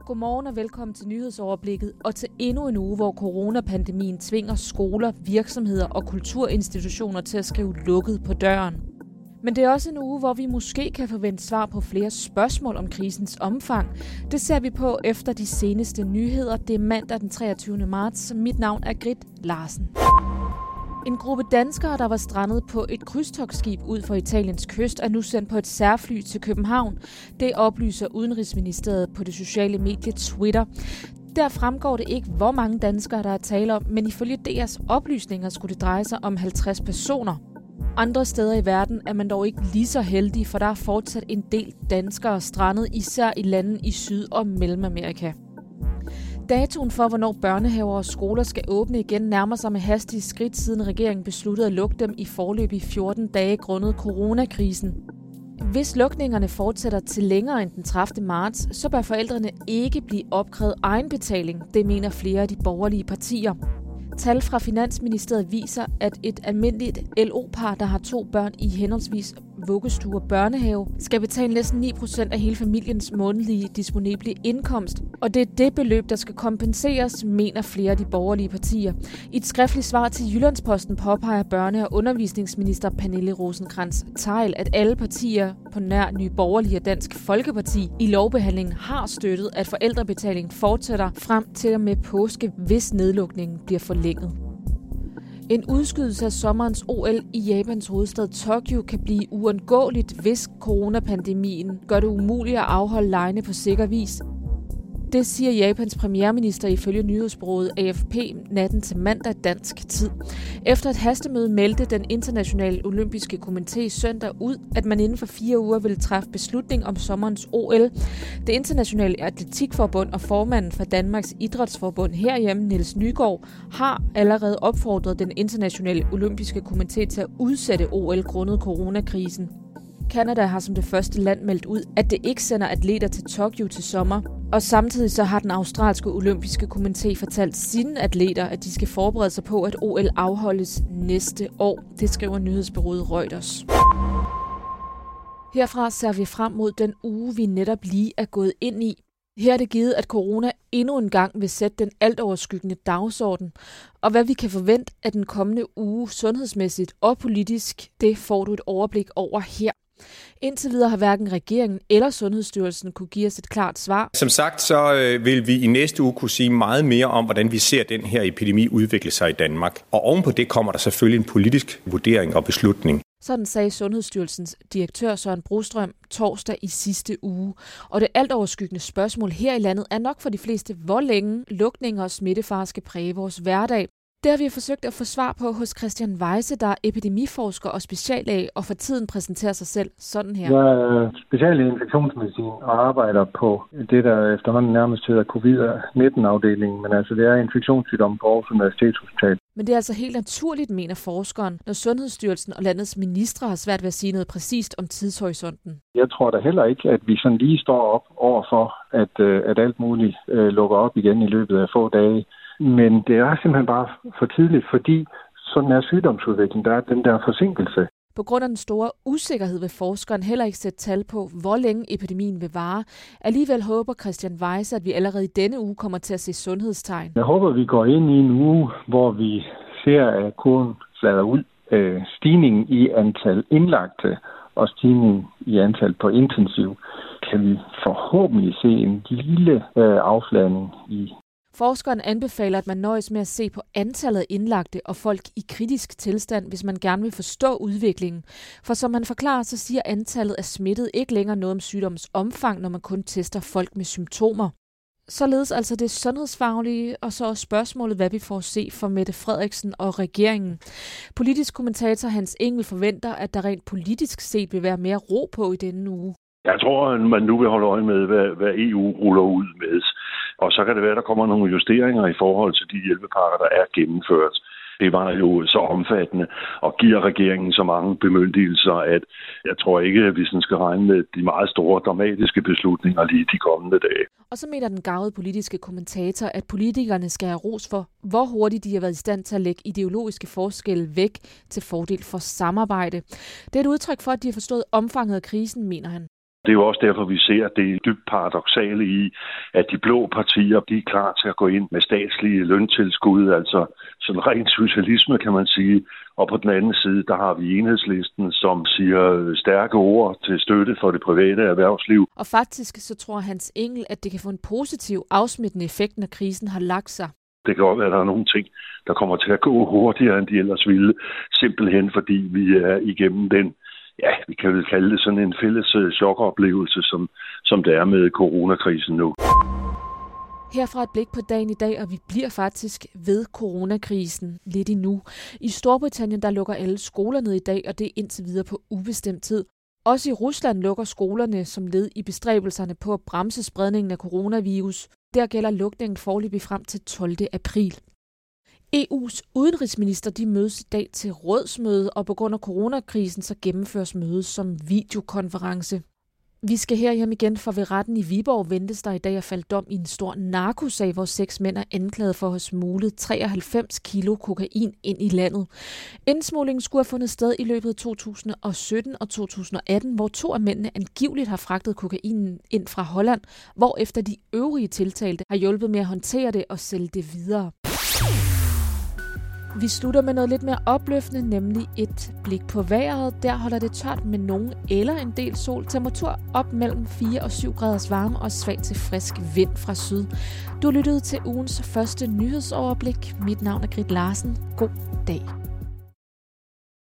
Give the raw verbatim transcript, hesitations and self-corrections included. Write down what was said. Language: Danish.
Godmorgen og velkommen til nyhedsoverblikket og til endnu en uge, hvor coronapandemien tvinger skoler, virksomheder og kulturinstitutioner til at skrive lukket på døren. Men det er også en uge, hvor vi måske kan forvente svar på flere spørgsmål om krisens omfang. Det ser vi på efter de seneste nyheder. Det er mandag den treogtyvende marts. Mit navn er Grit Larsen. En gruppe danskere, der var strandet på et krydstogtskib ud for Italiens kyst, er nu sendt på et særfly til København. Det oplyser Udenrigsministeriet på det sociale medie Twitter. Der fremgår det ikke, hvor mange danskere der er tale om, men ifølge D R's oplysninger skulle det dreje sig om halvtreds personer. Andre steder i verden er man dog ikke lige så heldig, for der er fortsat en del danskere strandet, især i lande i Syd- og Mellemamerika. Datoen for, hvornår børnehaver og skoler skal åbne igen, nærmer sig med hastige skridt, siden regeringen besluttede at lukke dem i foreløbig fjorten dage grundet coronakrisen. Hvis lukningerne fortsætter til længere end den tredivte marts, så bør forældrene ikke blive opkrævet egenbetaling, det mener flere af de borgerlige partier. Tal fra Finansministeriet viser, at et almindeligt L O-par, der har to børn i henholdsvis vuggestue og børnehave, skal betale næsten ni procent af hele familiens månedlige disponible indkomst. Og det er det beløb, der skal kompenseres, mener flere af de borgerlige partier. I et skriftligt svar til Jyllandsposten påpeger børne- og undervisningsminister Pernille Rosenkrantz-Theil, at alle partier på nær Nye Borgerlige og Dansk Folkeparti i lovbehandlingen har støttet, at forældrebetalingen fortsætter frem til og med påske, hvis nedlukningen bliver forlænget. En udskydelse af sommerens O L i Japans hovedstad Tokyo kan blive uundgåeligt, hvis coronapandemien gør det umuligt at afholde legene på sikker vis. Det siger Japans premierminister ifølge nyhedsbureauet A F P natten til mandag dansk tid. Efter et hastemøde meldte den internationale olympiske komité søndag ud, at man inden for fire uger ville træffe beslutning om sommerens O L. Det internationale atletikforbund og formanden for Danmarks Idrætsforbund herhjemme, Niels Nygaard, har allerede opfordret den internationale olympiske komité til at udsætte O L grundet coronakrisen. Canada har som det første land meldt ud, at det ikke sender atleter til Tokyo til sommer. Og samtidig så har den australske olympiske komité fortalt sine atleter, at de skal forberede sig på, at O L afholdes næste år. Det skriver nyhedsbureauet Reuters. Herfra ser vi frem mod den uge, vi netop lige er gået ind i. Her er det givet, at corona endnu en gang vil sætte den altoverskyggende dagsorden. Og hvad vi kan forvente af den kommende uge sundhedsmæssigt og politisk, det får du et overblik over her. Indtil videre har hverken regeringen eller Sundhedsstyrelsen kunne give os et klart svar. Som sagt, så øh, vil vi i næste uge kunne sige meget mere om, hvordan vi ser den her epidemi udvikle sig i Danmark. Og ovenpå det kommer der selvfølgelig en politisk vurdering og beslutning. Sådan sagde Sundhedsstyrelsens direktør Søren Brostrøm torsdag i sidste uge. Og det altoverskyggende spørgsmål her i landet er nok for de fleste, hvor længe lukninger og smittefare skal præge vores hverdag. Det har vi forsøgt at få svar på hos Christian Weise, der er epidemiforsker og speciallæge, og for tiden præsenterer sig selv sådan her. Jeg er speciallæge i infektionsmedicin og arbejder på det, der efterhånden nærmest hedder covid nitten afdelingen, men altså det er infektionssygdom på Aarhus Universitetshospital. Men det er altså helt naturligt, mener forskeren, når Sundhedsstyrelsen og landets ministre har svært ved at sige noget præcist om tidshorisonten. Jeg tror da heller ikke, at vi sådan lige står op over for, at, at alt muligt uh, lukker op igen i løbet af få dage. Men det er simpelthen bare for tidligt, fordi sådan er sygdomsudviklingen, der er den der forsinkelse. På grund af den store usikkerhed vil forskeren heller ikke sætte tal på, hvor længe epidemien vil vare. Alligevel håber Christian Weise, at vi allerede i denne uge kommer til at se sundhedstegn. Jeg håber, at vi går ind i en uge, hvor vi ser, at kurven flader ud. Stigningen i antal indlagte og stigningen i antal på intensiv, kan vi forhåbentlig se en lille affladning i. Forskeren anbefaler, at man nøjes med at se på antallet af indlagte og folk i kritisk tilstand, hvis man gerne vil forstå udviklingen. For som han forklarer, så siger antallet af smittede ikke længere noget om sygdommens omfang, når man kun tester folk med symptomer. Således altså det sundhedsfaglige, og så også spørgsmålet, hvad vi får at se fra Mette Frederiksen og regeringen. Politisk kommentator Hans Engel forventer, at der rent politisk set vil være mere ro på i denne uge. Jeg tror, at man nu vil holde øje med, hvad, hvad E U ruller ud med. Og så kan det være, at der kommer nogle justeringer i forhold til de hjælpepakker, der er gennemført. Det var jo så omfattende og giver regeringen så mange bemyndigelser, at jeg tror ikke, at vi sådan skal regne med de meget store dramatiske beslutninger lige de kommende dage. Og så mener den garvede politiske kommentator, at politikerne skal have ros for, hvor hurtigt de har været i stand til at lægge ideologiske forskelle væk til fordel for samarbejde. Det er et udtryk for, at de har forstået omfanget af krisen, mener han. Det er jo også derfor, vi ser det dybt paradoksale i, at de blå partier de er klar til at gå ind med statslige løntilskud, altså sådan ren socialisme, kan man sige. Og på den anden side, der har vi Enhedslisten, som siger stærke ord til støtte for det private erhvervsliv. Og faktisk så tror Hans Engel, at det kan få en positiv afsmittende effekt, når krisen har lagt sig. Det kan godt være, at der er nogle ting, der kommer til at gå hurtigere, end de ellers ville. Simpelthen fordi vi er igennem den, ja, vi kan vel kalde det sådan en fælles chokoplevelse, som, som det er med coronakrisen nu. Herfra et blik på dagen i dag, og vi bliver faktisk ved coronakrisen lidt endnu. I Storbritannien der lukker alle skoler ned i dag, og det er indtil videre på ubestemt tid. Også i Rusland lukker skolerne som led i bestræbelserne på at bremse spredningen af coronavirus. Der gælder lukningen foreløbig frem til tolvte april. E U's udenrigsminister de mødes i dag til rådsmøde, og på grund af coronakrisen så gennemføres mødet som videokonference. Vi skal herhjem igen, for ved retten i Viborg ventes der i dag at falde dom i en stor narkosag, hvor seks mænd er anklaget for at have smuglet treoghalvfems kilo kokain ind i landet. Indsmuglingen skulle have fundet sted i løbet af to tusind og sytten og to tusind og atten, hvor to af mændene angiveligt har fragtet kokainen ind fra Holland, hvorefter de øvrige tiltalte har hjulpet med at håndtere det og sælge det videre. Vi slutter med noget lidt mere opløftende, nemlig et blik på vejret. Der holder det tørt med nogen eller en del sol. Temperatur op mellem fire og syv graders varme og svag til frisk vind fra syd. Du lyttede til ugens første nyhedsoverblik. Mit navn er Grit Larsen. God dag.